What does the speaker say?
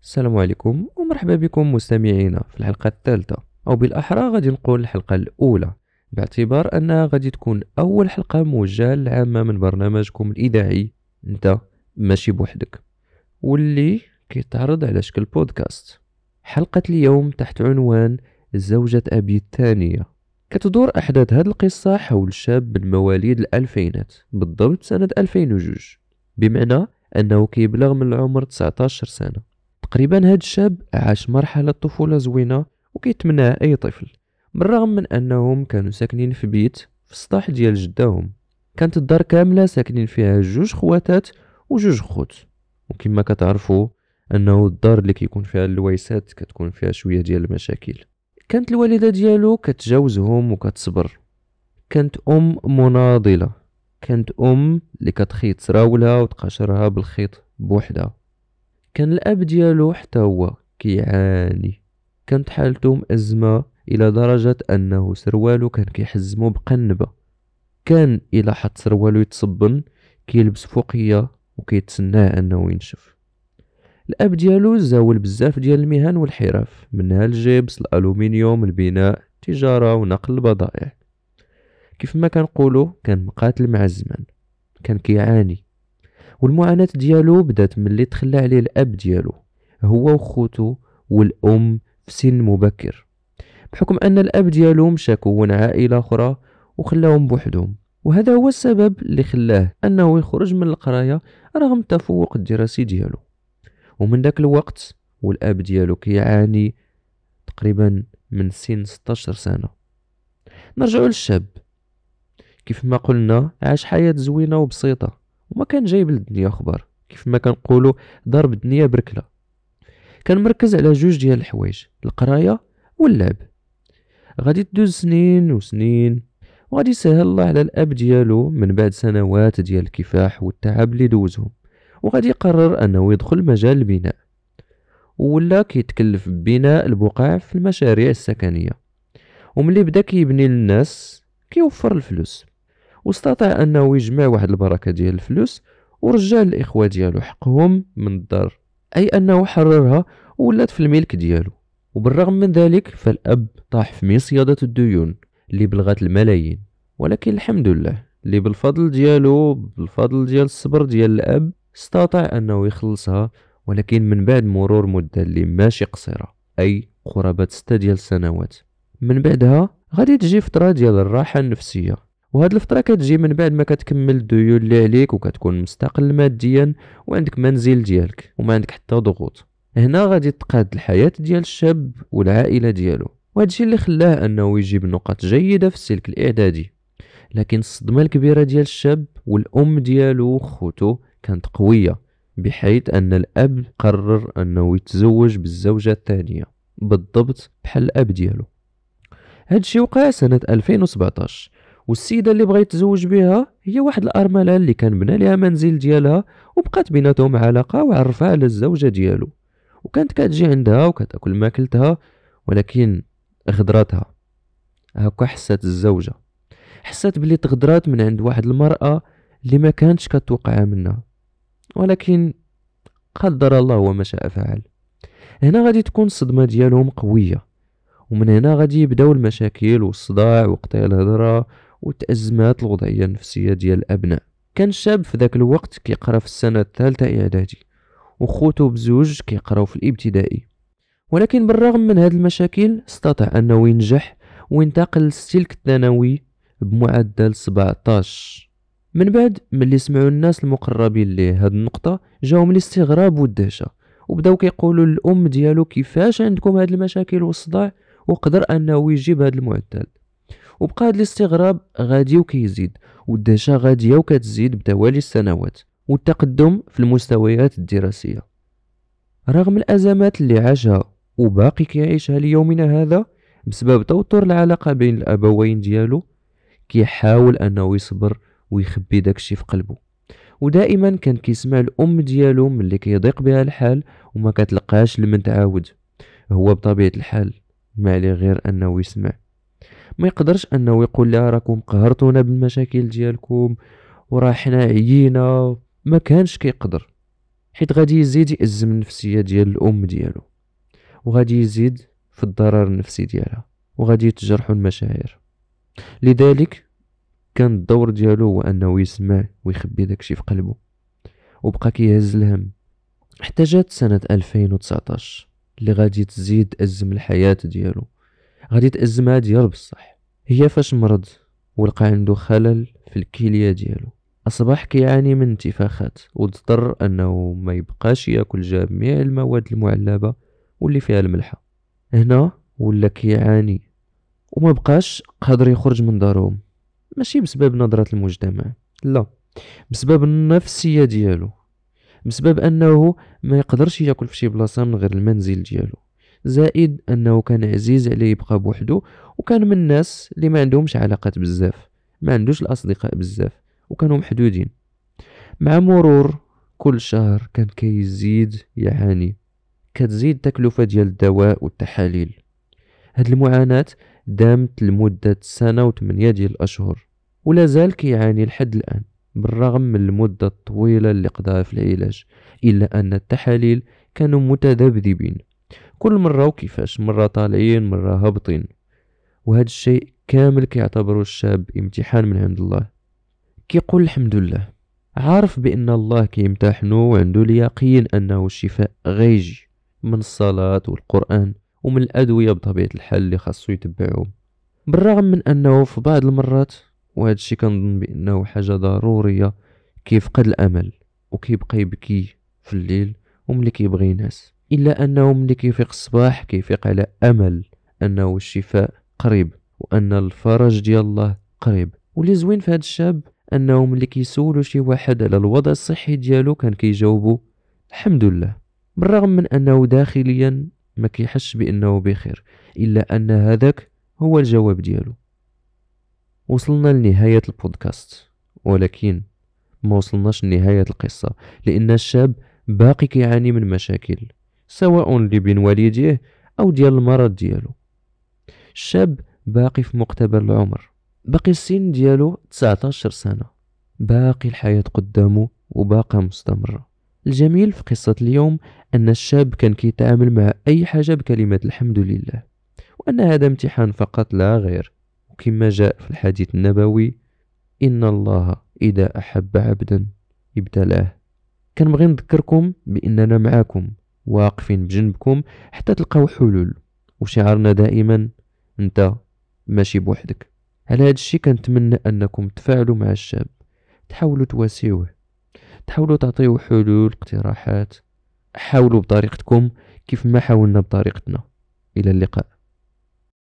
السلام عليكم ومرحبا بكم مستمعينا في الحلقة الثالثة، أو بالأحرى غادي نقول الحلقة الأولى، باعتبار أنها غادي تكون أول حلقة موجهة للعامة من برنامجكم الإذاعي أنت ماشي بوحدك، واللي كيتعرض على شكل بودكاست. حلقة اليوم تحت عنوان زوجة أبي الثانية. كتدور أحداث هذه القصة حول شاب من مواليد الألفينات، بالضبط سنة 2002، بمعنى أنه كيبلغ من العمر 19 سنة. تقريبا هاد الشاب عاش مرحلة طفولة زوينة وكيتمناها أي طفل، بالرغم من أنهم كانوا ساكنين في بيت في السطح ديال جداهم. كانت الدار كاملة ساكنين فيها جوج خواتات وجوج خوت، وكما كتعرفوا أنه الدار اللي كيكون فيها اللويسات كتكون فيها شوية ديال المشاكل. كانت الوالدة ديالو كتجاوزهم وكتصبر، كانت مناضلة، كانت اللي كتخيط سراولها وتقاشرها بالخيط بوحدها. كان الاب ديالو حتى هو كيعاني، كانت حالته مأزمة الى درجة انه سروالو كان كيحزمو بقنبة. كان الى حط سروالو يتصبن كيلبس فوقية وكيتسناه انه ينشف. الاب ديالو زاول بزاف ديال المهن والحرف، منها الجبس، الالومنيوم، البناء، التجارة ونقل البضائع. كيف ما كنقولو كان مقاتل مع الزمان، كان كيعاني. والمعاناة ديالو بدات ملي تخلى عليه الاب ديالو هو وخوتو والام في سن مبكر، بحكم ان الاب ديالو مشى كون عائله اخرى وخلاهم بوحدهم. وهذا هو السبب اللي خلاه انه يخرج من القرايه رغم التفوق الدراسي ديالو. ومن ذاك الوقت والاب ديالو كيعاني تقريبا من سن 16 سنه. نرجعوا للشاب. كيف ما قلنا عاش حياة زوينة وبسيطة، وما كان جايب للدنيا خبر، كيف ما كنقولوا ضرب الدنيا بركلة. كان مركز على جوج ديال الحوايج، القراية واللعب. غادي تدوز سنين وسنين، وغادي يسهل الله على الاب ديالو من بعد سنوات ديال الكفاح والتعب اللي دوزهم، وغادي يقرر انه يدخل مجال البناء، ولا كيتكلف ببناء البقاع في المشاريع السكنية. وملي بدا كيبني للناس كيوفر الفلوس، واستطاع انه يجمع واحد البركه ديال الفلوس ورجع للاخوه ديالو حقهم من الدار، اي انه حررها وولات في الملك ديالو. وبالرغم من ذلك فالاب طاح في مصيدة الديون اللي بلغت الملايين، ولكن الحمد لله اللي بالفضل ديالو، بالفضل ديال الصبر ديال الاب، استطاع انه يخلصها، ولكن من بعد مرور مده اللي ماشي قصيره، اي قرابه 6 ديال السنوات. من بعدها غادي تجي فتره ديال الراحه النفسيه، وهاد الفترة كتجي من بعد ما كتكمل الديون اللي عليك وكتكون مستقل ماديا وعندك منزل ديالك وما عندك حتى ضغوط. هنا غادي تقاد الحياة ديال الشاب والعائلة ديالو، وهادشي اللي خلاه انه يجيب نقاط جيدة في السلك الاعدادي. لكن الصدمة الكبيرة ديال الشاب والام ديالو وخوتو كانت قوية، بحيث ان الاب قرر انه يتزوج بالزوجة الثانية، بالضبط بحال الاب ديالو. هادشي وقع سنة 2017، والسيدة اللي بغا يتزوج بها هي واحد الأرملة اللي كان بنى لها منزل ديالها، وبقات بيناتهم علاقة وعرفها على الزوجة ديالو، وكانت كتجي عندها وكتاكل ماكلتها. ولكن غدراتها، هكا حسات الزوجة، حسات بلي تغدرات من عند واحد المرأة اللي ما كانتش كتوقعها منها. ولكن قدر الله وما شاء فعل. هنا غادي تكون الصدمة ديالهم قوية، ومن هنا غادي يبداو المشاكل والصداع وقطع الهضره والتأزمات الوضعيه النفسيه ديال الابناء. كان الشاب في ذاك الوقت كيقرا في السنه الثالثه اعدادي، وخوتو بزوج كيقراو في الابتدائي. ولكن بالرغم من هذه المشاكل استطاع انه ينجح وينتقل للسلك الثانوي بمعدل 17. من بعد ملي سمعوا الناس المقربين ليه هاد النقطه جاهم الاستغراب والدهشه، وبداو كيقولوا للام ديالو كيفاش عندكم هاد المشاكل والصداع وقدر انه يجيب هاد المعدل. وبقى هاد الاستغراب غادي وكيزيد، والدهشه غاديه وكتزيد بتوالي السنوات والتقدم في المستويات الدراسيه. رغم الازمات اللي عاشها وباقي كيعيشها ليومنا هذا بسبب توتر العلاقه بين الابوين ديالو، كيحاول انه يصبر ويخبي داكشي في قلبه. ودائما كان كيسمع الام ديالو ملي كيضيق بها الحال وما كتلقاش لمن تعاود. هو بطبيعه الحال ما عليه غير انه يسمع، ما يقدرش انه يقول لها راكم قهرتونا بالمشاكل ديالكم وراه حنا عيينا، ما كانش كيقدر. حيت غادي يزيد يأزم النفسية ديال الأم ديالو، وغادي يزيد في الضرر النفسي ديالها، وغادي يتجرحوا المشاعر. لذلك كان الدور ديالو هو أنه يسمع ويخبي داكشي في قلبه، وبقى كيهز الهم حتى جات سنة 2019 اللي غادي تزيد تأزم الحياة ديالو، غادي تأزمها ديال بصح. هي فاش مرض ولقى عنده خلل في الكلية ديالو، أصبح كيعاني من انتفاخات، واضطر أنه ما يبقاش يأكل جميع المواد المعلبة واللي فيها الملحة. هنا ولا كيعاني وما بقاش قادر يخرج من دارهم، ماشي بسبب نظرة المجتمع، لا، بسبب النفسية ديالو، بسبب انه ما يقدرش ياكل في شي بلاصه من غير المنزل ديالو، زائد انه كان عزيز عليه يبقى بوحده، وكان من الناس اللي ما عندهمش علاقات بزاف، ما عندوش الاصدقاء بزاف، وكانوا محدودين. مع مرور كل شهر كان كيزيد يعاني، كتزيد تكلفة ديال الدواء والتحاليل. هاد المعاناة دامت لمدة سنة و8 ديال الأشهر، ولا زال كيعاني لحد الآن بالرغم من المدة الطويلة اللي قضاها في العلاج، إلا أن التحاليل كانوا متذبذبين، كل مرة وكيفاش، مرة طالعين مرة هابطين. وهذا الشيء كامل كيعتبره الشاب امتحان من عند الله، كيقول الحمد لله، عارف بأن الله كيمتحنه، وعنده اليقين أنه الشفاء غيجي من الصلاة والقرآن ومن الأدوية بطبيعة الحال اللي خاصو يتبعهم. بالرغم من أنه في بعض المرات، وهذا الشيء كنظن بأنه حاجة ضرورية، كيفقد الأمل وكيبقى يبكي في الليل وملي كيبغي ينعس، إلا أنه ملي كيفيق الصباح كيفيق على أمل أنه الشفاء قريب وأن الفرج ديال الله قريب. واللي زوين في هذا الشاب أنه ملي كيسولو شي واحد على الوضع الصحي ديالو كان كيجاوبو الحمد لله، بالرغم من أنه داخليا ما كيحش بأنه بخير، إلا أن هذاك هو الجواب ديالو. وصلنا لنهاية البودكاست، ولكن ما وصلناش لنهاية القصة، لأن الشاب باقي كيعاني من مشاكل، سواء اللي بين والديه أو ديال المرض ديالو. الشاب باقي في مقتبل العمر، باقي السن ديالو 19 سنة، باقي الحياة قدامه وباقى مستمرة. الجميل في قصة اليوم أن الشاب كان كيتعامل مع أي حاجة بكلمة الحمد لله، وأن هذا امتحان فقط لا غير. وكما جاء في الحديث النبوي، إن الله إذا أحب عبدا ابتلاه. كنبغي نذكركم بأننا معاكم واقفين بجنبكم حتى تلقاو حلول، وشعارنا دائما أنت ماشي بوحدك. على هذا الشيء كنتمنى أنكم تفاعلوا مع الشاب، تحاولوا تواسيوه، تحاولوا تعطيوه حلول، اقتراحات، حاولوا بطريقتكم كيف ما حاولنا بطريقتنا. إلى اللقاء.